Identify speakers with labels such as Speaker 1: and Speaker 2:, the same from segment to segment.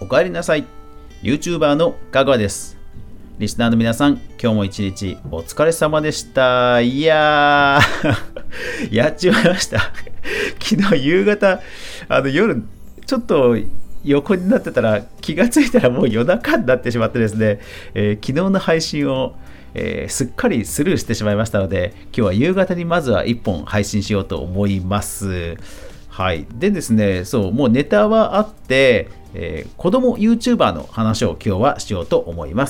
Speaker 1: かえりなさい。 YouTuber のかぐわです。リスナーの皆さん、今日も一日お疲れ様でした。いやーやっちまいました昨日夕方夜ちょっと横になってたら気がついたらもう夜中になってしまってですね、昨日の配信を、すっかりスルーしてしまいましたので、今日は夕方にまずは1本配信しようと思います。はい。でですね、もうネタはあって、子供 YouTuber の話を今日はしようと思います。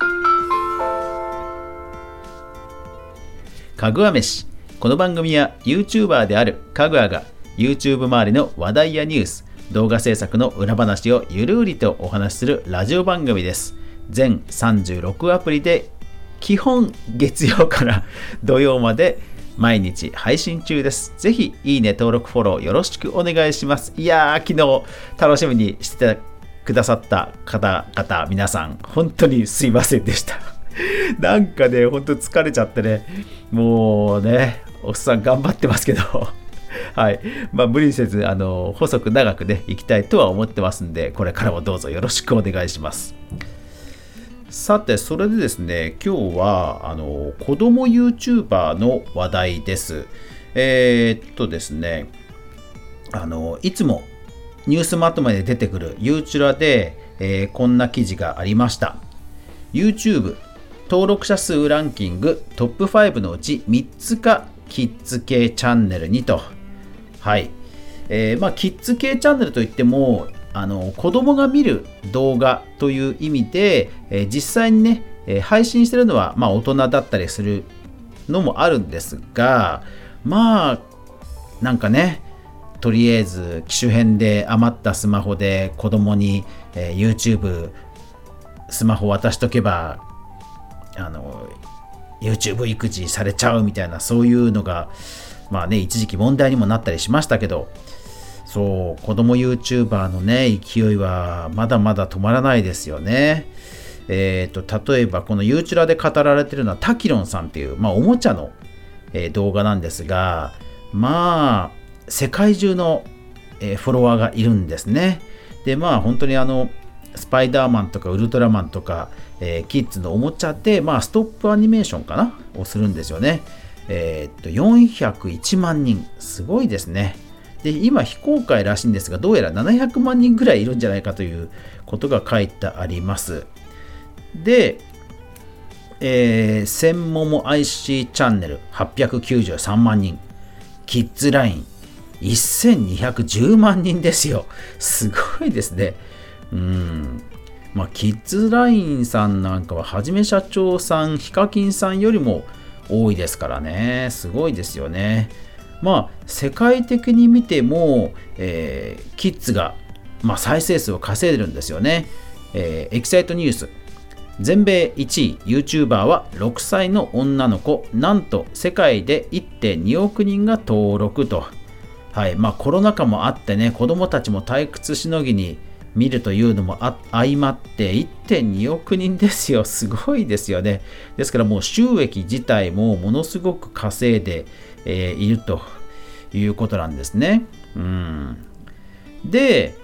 Speaker 1: かぐわ飯。この番組は YouTuber であるかぐわが YouTube 周りの話題やニュース、動画制作の裏話をゆるりとお話しするラジオ番組です。全36アプリで基本月曜から土曜まで毎日配信中です。ぜひいいね、登録、フォローよろしくお願いします。いやー、昨日楽しみにしてくださった方々、皆さん本当にすいませんでしたなんかね、本当疲れちゃってね、もうね、おっさん頑張ってますけどはい。無理せず、細く長くね、いきたいとは思ってますんで、これからもどうぞよろしくお願いします。さて、それでですね、今日は、子供 YouTuber の話題です。ですね、いつもニュースまとめで出てくる YouTube で、こんな記事がありました。YouTube 登録者数ランキングトップ5のうち3つがキッズ系チャンネルにと。はい。キッズ系チャンネルといっても、子供が見る動画という意味で、実際にね、配信してるのは、大人だったりするのもあるんですが、なんかね、とりあえず機種変で余ったスマホで子供に、YouTube スマホ渡しとけばYouTube 育児されちゃうみたいな、そういうのが一時期問題にもなったりしましたけど、子供 YouTuber のね勢いはまだまだ止まらないですよね。例えばこの YouTube で語られているのはタキロンさんっていう、おもちゃの、動画なんですが、世界中の、フォロワーがいるんですね。で本当にスパイダーマンとかウルトラマンとか、キッズのおもちゃで、ストップアニメーションかなをするんですよね。401万人、すごいですね。で今非公開らしいんですが、どうやら700万人ぐらいいるんじゃないかということが書いてあります。で、専門 IC チャンネル893万人、キッズライン1210万人ですよ。すごいですね。キッズラインさんなんかははじめ社長さん、ヒカキンさんよりも多いですからね。すごいですよね。世界的に見ても、キッズが、再生数を稼いでるんですよね。エキサイトニュース全米1位 YouTuber は6歳の女の子、なんと世界で 1.2 億人が登録と。はい。コロナ禍もあってね、子供たちも退屈しのぎに見るというのも相まって 1.2 億人ですよ。すごいですよね。ですからもう収益自体もものすごく稼いで、いるということなんですね。で、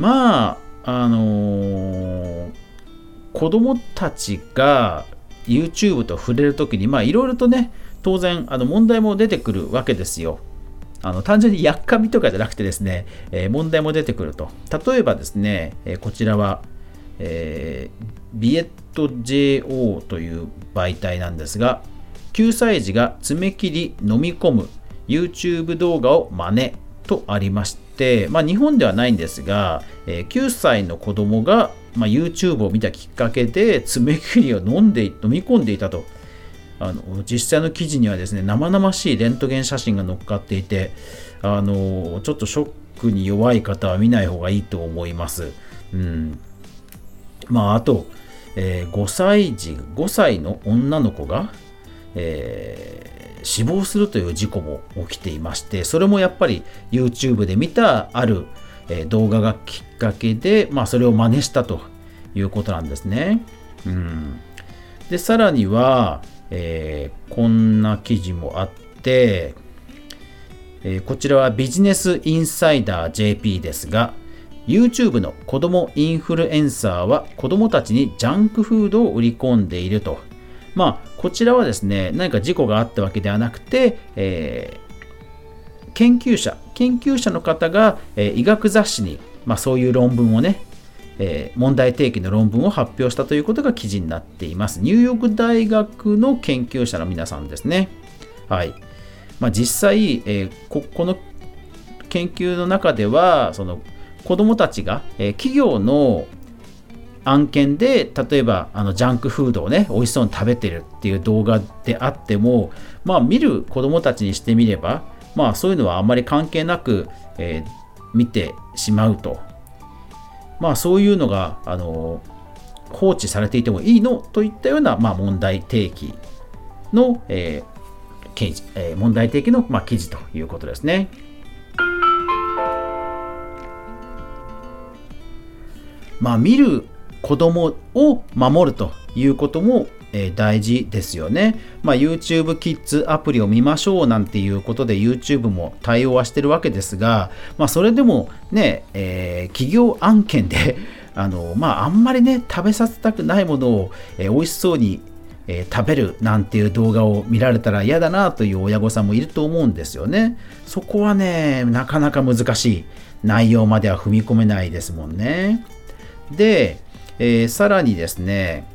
Speaker 1: 子供たちが YouTube と触れるときにいろいろとね、当然問題も出てくるわけですよ。単純にやっかみとかじゃなくてですね、問題も出てくると。例えばですね、こちらは、ビエット JO という媒体なんですが、9歳児が爪切り飲み込む YouTube 動画を真似とありまして、日本ではないんですが、9歳の子供が、YouTube を見たきっかけで爪切りを飲み込んでいたと。実際の記事にはですね、生々しいレントゲン写真が載っかっていて、ちょっとショックに弱い方は見ない方がいいと思います。あと、5歳の女の子が、死亡するという事故も起きていまして、それもやっぱり YouTube で見たある、動画がきっかけで、それを真似したということなんですね。で、さらには、こんな記事もあって、こちらはビジネスインサイダー JP ですが、 YouTube の子供インフルエンサーは子供たちにジャンクフードを売り込んでいると。こちらはですね、何か事故があったわけではなくて、研究者の方が、医学雑誌に、そういう論文をね、問題提起の論文を発表したということが記事になっています。ニューヨーク大学の研究者の皆さんですね。はい。実際、この研究の中では、その子どもたちが、企業の案件で例えばジャンクフードをね美味しそうに食べてるっていう動画であっても、見る子どもたちにしてみれば、そういうのはあんまり関係なく、見てしまうと、そういうのが放置されていてもいいのといったような、問題提起の、問題提起の、記事ということですね。見る子供を守るということも、大事ですよね。YouTube キッズアプリを見ましょうなんていうことで YouTube も対応はしてるわけですが、それでもね、企業案件であんまりね食べさせたくないものを、美味しそうに、食べるなんていう動画を見られたら嫌だなという親御さんもいると思うんですよね。そこはねなかなか難しい内容までは踏み込めないですもんね。で、さらにですね、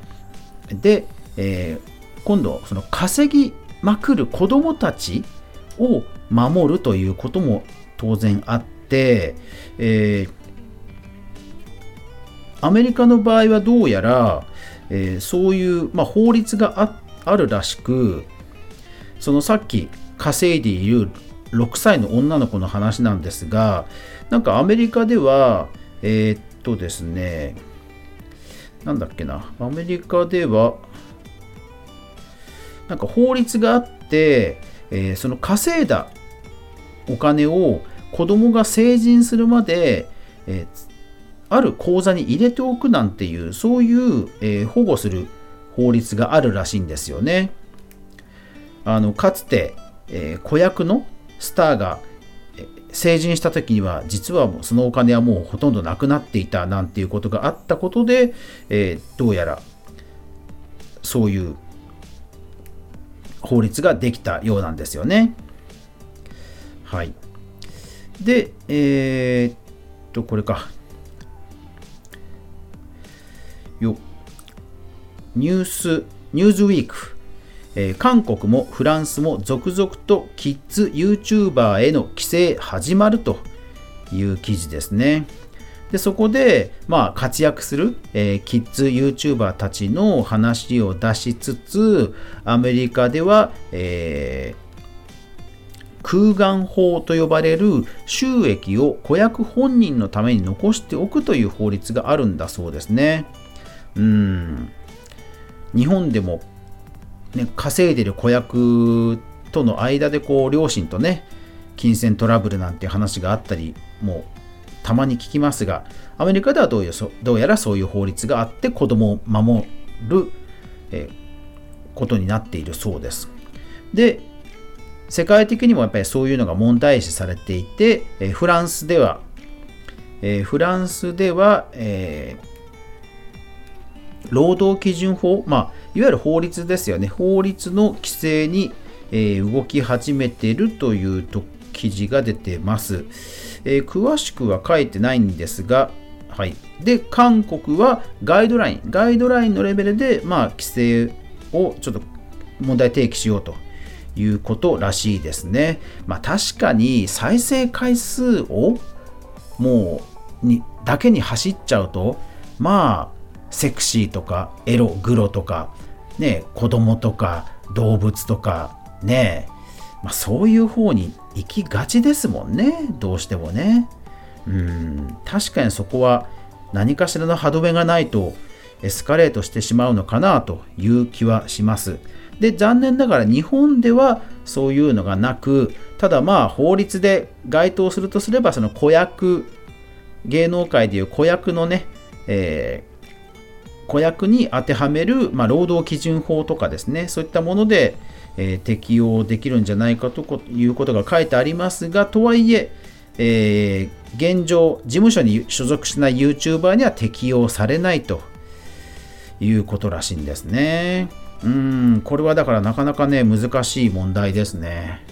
Speaker 1: 今度その稼ぎまくる子どもたちを守るということも当然あって、アメリカの場合はどうやら、そういう、法律が あるらしく、そのさっき稼いでいる6歳の女の子の話なんですが、なんかアメリカではですね、なんだっけな、アメリカではなんか法律があって、その稼いだお金を子供が成人するまで、ある口座に入れておくなんていう、そういう、保護する法律があるらしいんですよね。かつて、子役のスターが成人した時には実はそのお金はもうほとんどなくなっていたなんていうことがあったことで、どうやらそういう法律ができたようなんですよね。はい。で、これか。ニューズウィーク。韓国もフランスも続々とキッズ YouTuber への規制始まるという記事ですね。でそこで、活躍する、キッズ YouTuber たちの話を出しつつ、アメリカでは、空願法と呼ばれる収益を子役本人のために残しておくという法律があるんだそうですね。日本でも稼いでる子役との間で両親とね金銭トラブルなんて話があったりもたまに聞きますが、アメリカではどうやらそういう法律があって子供を守る、ことになっているそうです。で世界的にもやっぱりそういうのが問題視されていて、フランスでは、労働基準法、いわゆる法律ですよね。法律の規制に、動き始めているという記事が出てます。詳しくは書いてないんですが、はい。で、韓国はガイドラインのレベルで、規制をちょっと問題提起しようということらしいですね。確かに再生回数をだけに走っちゃうと、セクシーとかエログロとかね、子供とか動物とかね、そういう方に行きがちですもんね、どうしてもね。確かにそこは何かしらの歯止めがないとエスカレートしてしまうのかなという気はします。で、残念ながら日本ではそういうのがなく、ただ法律で該当するとすれば、その子役、芸能界でいう子役のね、子役に当てはめる、労働基準法とかですね、そういったもので、適用できるんじゃないかということが書いてありますが、とはいえ、 現状事務所に所属しない YouTuber には適用されないということらしいんですね。これはだからなかなかね難しい問題ですね。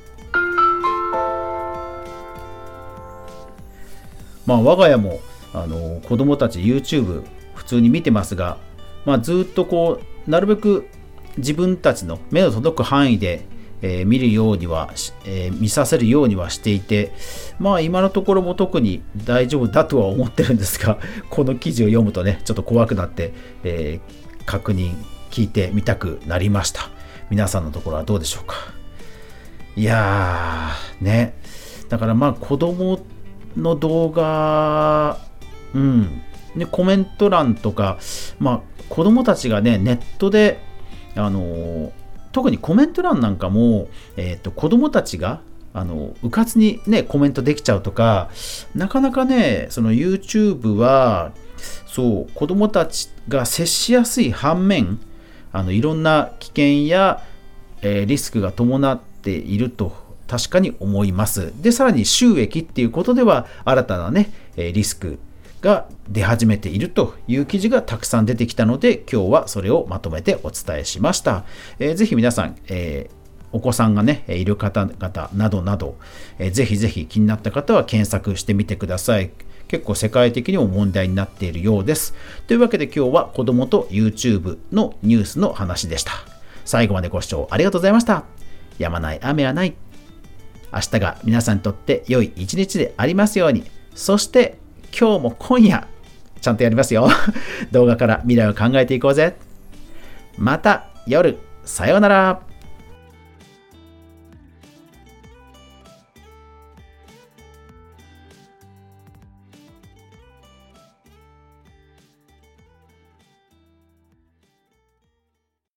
Speaker 1: 我が家も子供たち YouTube 普通に見てますが、ずっとなるべく自分たちの目の届く範囲で、見るようには、見させるようにはしていて、今のところも特に大丈夫だとは思ってるんですが、この記事を読むとねちょっと怖くなって、確認聞いてみたくなりました。皆さんのところはどうでしょうか。いやーね、だから子供の動画、コメント欄とか、子供たちがねネットで特にコメント欄なんかも、子供たちがうかつにねコメントできちゃうとか、なかなかねその YouTube は子供たちが接しやすい反面、いろんな危険や、リスクが伴っていると確かに思います。でさらに収益っていうことでは新たなねリスクが出始めているという記事がたくさん出てきたので、今日はそれをまとめてお伝えしました。ぜひ皆さん、お子さんがねいる方々などなど、ぜひぜひ気になった方は検索してみてください。結構世界的にも問題になっているようです。というわけで今日は子供と YouTube のニュースの話でした。最後までご視聴ありがとうございました。やまない雨はない。明日が皆さんにとって良い一日でありますように。そして今日も今夜ちゃんとやりますよ。動画から未来を考えていこうぜ。また夜さようなら。